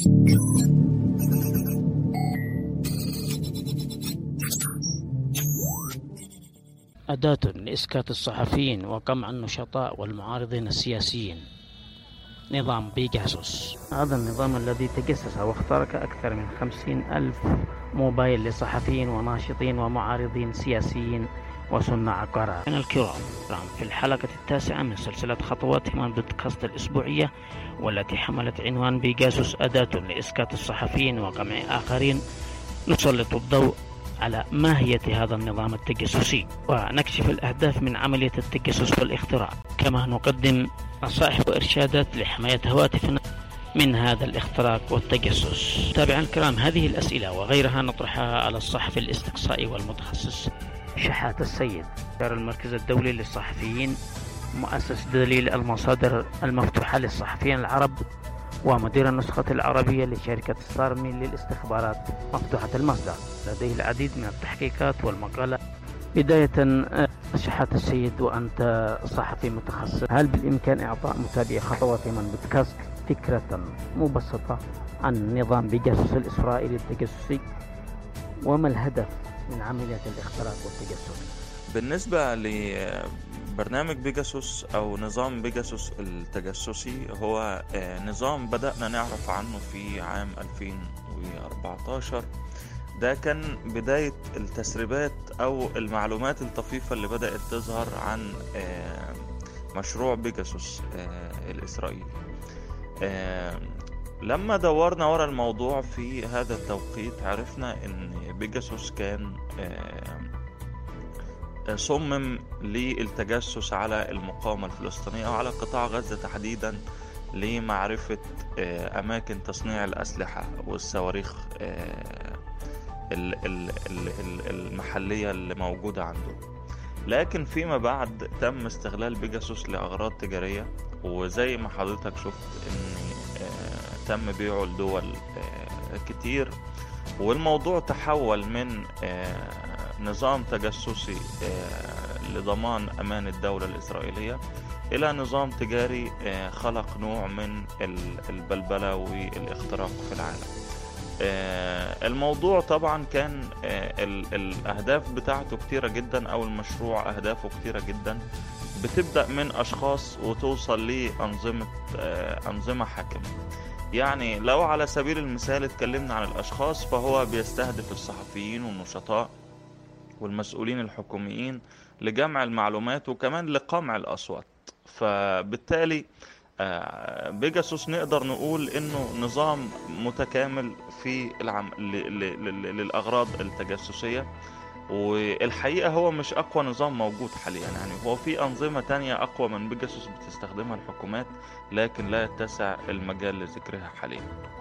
أداة لإسكات الصحفيين وقمع النشطاء والمعارضين السياسيين. نظام بيجاسوس، هذا النظام الذي تجسس واخترق أكثر من 50,000 موبايل لصحفيين وناشطين ومعارضين سياسيين وصناع قرار. الكرام في الحلقة 9 من سلسلة خطوات من بودكاست الأسبوعية، والتي حملت عنوان بيجاسوس أداة لإسكات الصحفيين وقمع آخرين، نسلط الضوء على ماهية هذا النظام التجسسي ونكشف الأهداف من عملية التجسس والاختراق، كما نقدم نصائح وإرشادات لحماية هواتفنا من هذا الاختراق والتجسس. تابعا الكرام، هذه الأسئلة وغيرها نطرحها على الصحفي الاستقصائي والمتخصص شحات السيد، مدير المركز الدولي للصحفيين، مؤسس دليل المصادر المفتوحة للصحفيين العرب، ومدير النسخة العربية لشركة صارمي للاستخبارات مفتوحة المصدر. لديه العديد من التحقيقات والمقالات. بداية شحات السيد، وأنت صحفي متخصص، هل بالإمكان إعطاء متابعي خطوات من بودكاست فكرة مبسطة عن نظام بيجاسوس الإسرائيلي التجسسي، وما الهدف من عملية الاختراق والتجسس؟ بالنسبة لبرنامج بيجاسوس أو نظام بيجاسوس التجسسي، هو نظام بدأنا نعرف عنه في عام 2014. ده كان بداية التسريبات أو المعلومات الطفيفة اللي بدأت تظهر عن مشروع بيجاسوس الإسرائيلي. لما دورنا ورا الموضوع في هذا التوقيت، عرفنا أن بيجاسوس كان صمم للتجسس على المقاومة الفلسطينية وعلى قطاع غزة تحديدا، لمعرفة أماكن تصنيع الأسلحة والصواريخ المحلية اللي موجودة عنده. لكن فيما بعد تم استغلال بيجاسوس لأغراض تجارية، وزي ما حضرتك شفت ان تم بيعه لدول كتير، والموضوع تحول من نظام تجسسي لضمان أمان الدولة الإسرائيلية إلى نظام تجاري خلق نوع من البلبلة والاختراق في العالم. الموضوع طبعا كان الأهداف بتاعته كتيرة جدا، أو المشروع أهدافه كتيرة جدا، بتبدأ من أشخاص وتوصل لأنظمة حاكمة. يعني لو على سبيل المثال اتكلمنا عن الأشخاص، فهو بيستهدف الصحفيين والنشطاء والمسؤولين الحكوميين لجمع المعلومات وكمان لقمع الأصوات. فبالتالي بيجاسوس نقدر نقول انه نظام متكامل في للأغراض التجسسية. والحقيقة هو مش أقوى نظام موجود حاليا، يعني هو في أنظمة تانية أقوى من بيجاسوس بتستخدمها الحكومات، لكن لا يتسع المجال لذكرها حاليا.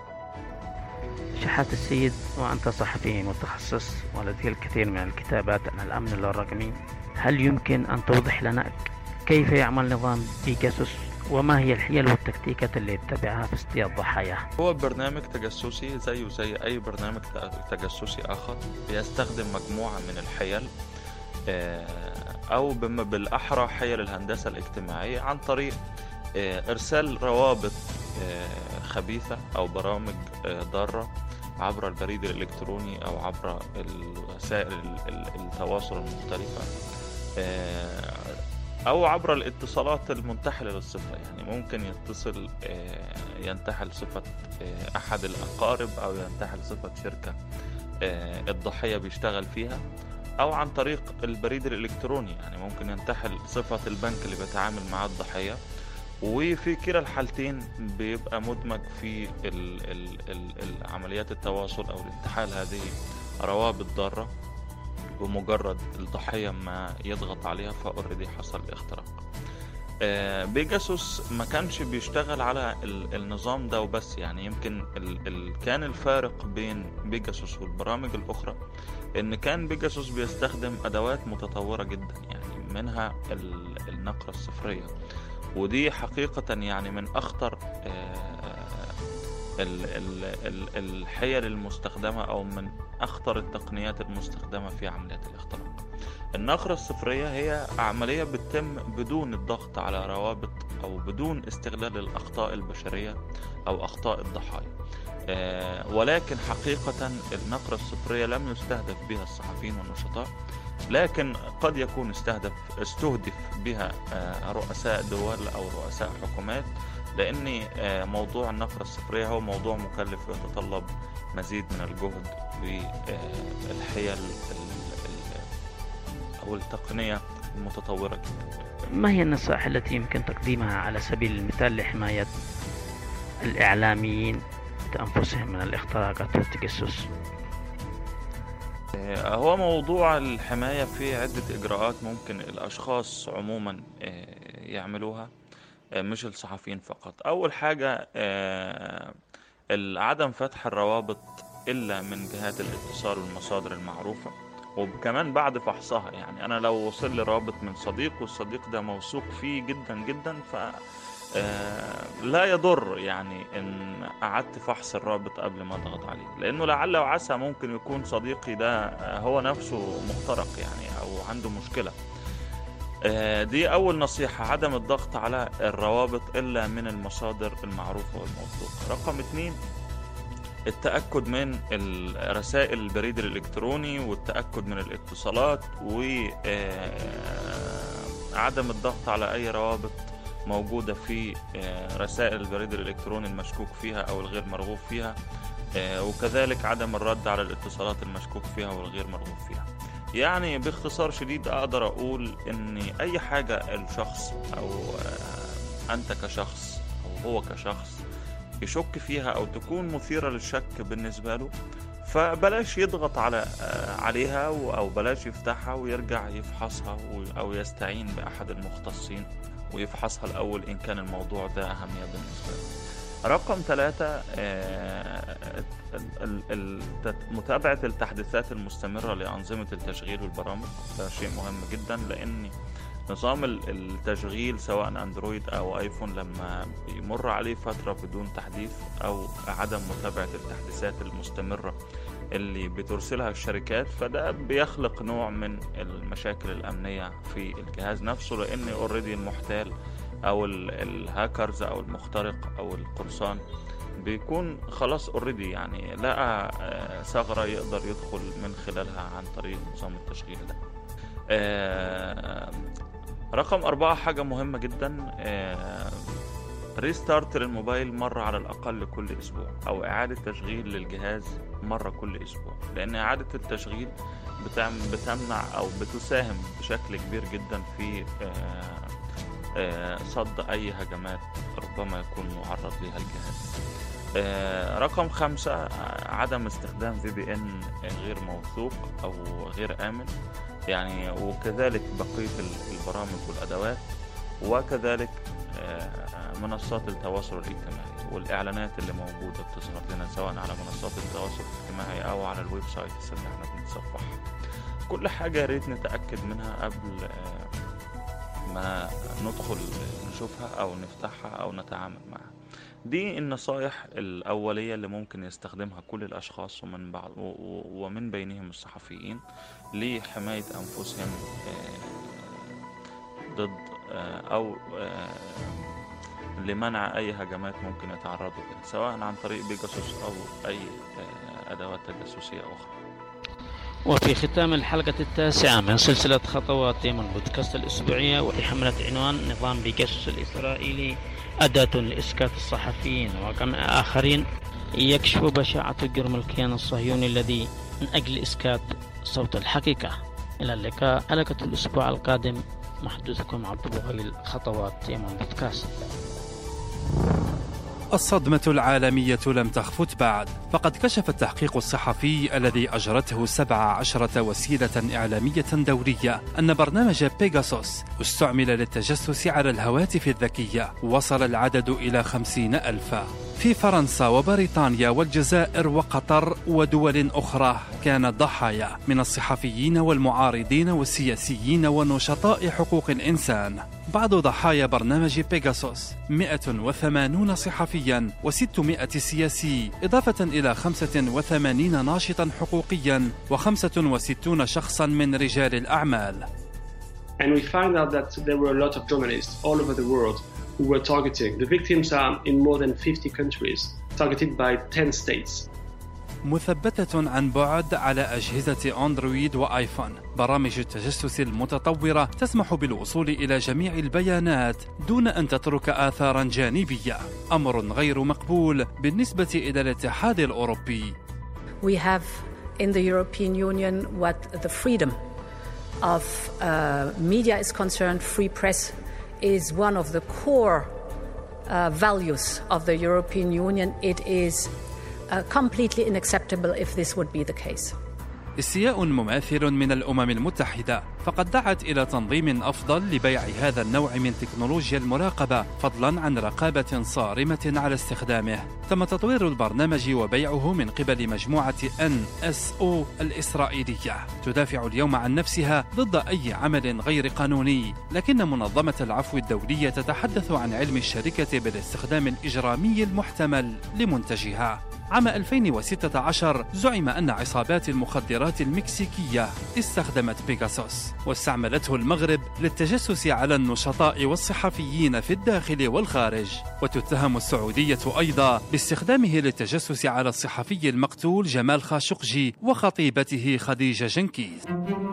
شحات السيد، وأنت صحفي متخصص ولديك الكثير من الكتابات عن الأمن الرقمي، هل يمكن أن توضح لنا كيف يعمل نظام بيجاسوس، وما هي الحيل والتكتيكات اللي يتبعها في اصطياد ضحاياه؟ هو برنامج تجسسي زيه زي أي برنامج تجسسي آخر، بيستخدم مجموعة من الحيل، أو بالأحرى حيل الهندسة الاجتماعية، عن طريق إرسال روابط خبيثة أو برامج ضارة عبر البريد الإلكتروني أو عبر وسائل التواصل المختلفة، أو عبر الاتصالات المنتحلة للصفة. يعني ممكن يتصل ينتحل صفة أحد الأقارب، أو ينتحل صفة شركة الضحية بيشتغل فيها، أو عن طريق البريد الإلكتروني. يعني ممكن ينتحل صفة البنك اللي بيتعامل مع الضحية، وفي كلا الحالتين بيبقى مدمج في عمليات التواصل أو الانتحال هذه روابط ضارة، بمجرد الضحية ما يضغط عليها فأوريدي حصل اختراق. بيجاسوس ما كانش بيشتغل على النظام ده وبس. يعني يمكن كان الفارق بين بيجاسوس والبرامج الأخرى إن كان بيجاسوس بيستخدم أدوات متطورة جدا، يعني منها النقرة الصفرية، ودي حقيقة يعني من أخطر الحيل المستخدمة، أو من أخطر التقنيات المستخدمة في عمليات الاختراق. النقرة الصفرية هي عملية بتتم بدون الضغط على روابط، أو بدون استغلال الأخطاء البشرية أو أخطاء الضحايا. ولكن حقيقة النقرة الصفرية لم يستهدف بها الصحفيين والنشطاء، لكن قد يكون استهدف بها رؤساء دول أو رؤساء حكومات، لأن موضوع النقرة الصفرية هو موضوع مكلف ويتطلب مزيد من الجهد بالحيل أو التقنية المتطورة جدا. ما هي النصائح التي يمكن تقديمها على سبيل المثال لحماية الإعلاميين أنفسهم من الاختراقات والتجسس؟ هو موضوع الحماية في عدة إجراءات ممكن الأشخاص عموما يعملوها، مش الصحفيين فقط. أول حاجة عدم فتح الروابط إلا من جهات الاتصال والمصادر المعروفة، وكمان بعد فحصها. يعني أنا لو وصل لي رابط من صديق والصديق ده موثوق فيه جدا جدا، لا يضر يعني إن أعدت فحص الرابط قبل ما أضغط عليه، لأنه لعل وعسى ممكن يكون صديقي ده هو نفسه مخترق يعني أو عنده مشكلة. دي أول نصيحة، عدم الضغط على الروابط إلا من المصادر المعروفة والموثوقة. رقم 2، التأكد من رسائل البريد الإلكتروني والتأكد من الاتصالات، وعدم الضغط على أي روابط موجودة في رسائل البريد الإلكتروني المشكوك فيها أو الغير مرغوب فيها، وكذلك عدم الرد على الاتصالات المشكوك فيها والغير مرغوب فيها. يعني باختصار شديد أقدر أقول إن أي حاجة الشخص أو أنت كشخص أو هو كشخص يشك فيها أو تكون مثيرة للشك بالنسبة له، فبلاش يضغط عليها أو بلاش يفتحها ويرجع يفحصها أو يستعين بأحد المختصين ويفحصها الأول إن كان الموضوع ده أهمية بالنسبة له. رقم 3، متابعة التحديثات المستمرة لأنظمة التشغيل والبرامج. ده شيء مهم جدا، لأن نظام التشغيل سواء أندرويد أو آيفون لما يمر عليه فترة بدون تحديث أو عدم متابعة التحديثات المستمرة اللي بترسلها الشركات، فده بيخلق نوع من المشاكل الأمنية في الجهاز نفسه، لأن اوريدي المحتال أو الهاكرز أو المخترق أو القرصان بيكون خلاص اوريدي يعني لقى ثغرة يقدر يدخل من خلالها عن طريق نظام التشغيل ده. رقم 4، حاجة مهمة جدا، ريستارت للموبايل مرة على الأقل كل أسبوع، أو إعادة تشغيل للجهاز مرة كل أسبوع، لأن إعادة التشغيل بتمنع أو بتساهم بشكل كبير جدا في صد أي هجمات ربما يكون معرض لها الجهاز. رقم 5، عدم استخدام VPN غير موثوق أو غير آمن، يعني وكذلك بقية البرامج والأدوات، وكذلك منصات التواصل الاجتماعي والإعلانات اللي موجودة بتظهر لنا سواء على منصات التواصل الاجتماعي أو على الويب سايت اللي احنا بنتصفحها. كل حاجة يا ريت نتأكد منها قبل ما ندخل نشوفها أو نفتحها أو نتعامل معها. دي النصائح الأولية اللي ممكن يستخدمها كل الأشخاص ومن بينهم الصحفيين لحماية أنفسهم ضد أو لمنع أي هجمات ممكن يتعرضوا لها سواء عن طريق بيجاسوس أو أي أدوات تجسسية أخرى. وفي ختام الحلقة 9 من سلسلة خطوات من بودكاست الأسبوعية، والتي حملت عنوان نظام بيجاسوس الإسرائيلي أداة لإسكات الصحفيين وكم آخرين، يكشف بشاعة جرم الكيان الصهيوني الذي من أجل إسكات صوت الحقيقة. إلى اللقاء، حلقة الأسبوع القادم، محدثكم عبد البغيل، خطوات من بودكاست. الصدمة العالمية لم تخفت بعد، فقد كشف التحقيق الصحفي الذي أجرته 17 وسيلة إعلامية دولية أن برنامج بيجاسوس استعمل للتجسس على الهواتف الذكية، وصل العدد إلى 50,000 في فرنسا وبريطانيا والجزائر وقطر ودول أخرى. كان الضحايا من الصحفيين والمعارضين والسياسيين ونشطاء حقوق الإنسان. بعض ضحايا برنامج بيجاسوس 180 صحفيا و600 سياسي، إضافة إلى 85 ناشطا حقوقيا و65 شخصا من رجال الأعمال. And we find out that there were a lot of journalists all over the world who were targeting. The victims are in more than 50 countries. targeted by 10 states. مثبتة عن بعد على أجهزة أندرويد وآيفون. برامج التجسس المتطورة تسمح بالوصول إلى جميع البيانات دون أن تترك آثارا جانبية، أمر غير مقبول بالنسبة إلى الاتحاد الأوروبي. We have in the European Union what the freedom of media is concerned. Free press is one of the core values of the European Union. It is completely unacceptable if this would be the case. استياء مماثل من الأمم المتحدة، فقد دعت إلى تنظيم أفضل لبيع هذا النوع من تكنولوجيا المراقبة، فضلا عن رقابة صارمة على استخدامه. تم تطوير البرنامج وبيعه من قبل مجموعة NSO الإسرائيلية، تدافع اليوم عن نفسها ضد أي عمل غير قانوني، لكن منظمة العفو الدولية تتحدث عن علم الشركة بالاستخدام الإجرامي المحتمل لمنتجها. عام 2016 زعم أن عصابات المخدرات المكسيكية استخدمت بيغاسوس، واستعملته المغرب للتجسس على النشطاء والصحفيين في الداخل والخارج، وتتهم السعودية أيضا باستخدامه للتجسس على الصحفي المقتول جمال خاشقجي وخطيبته خديجة جنكيز.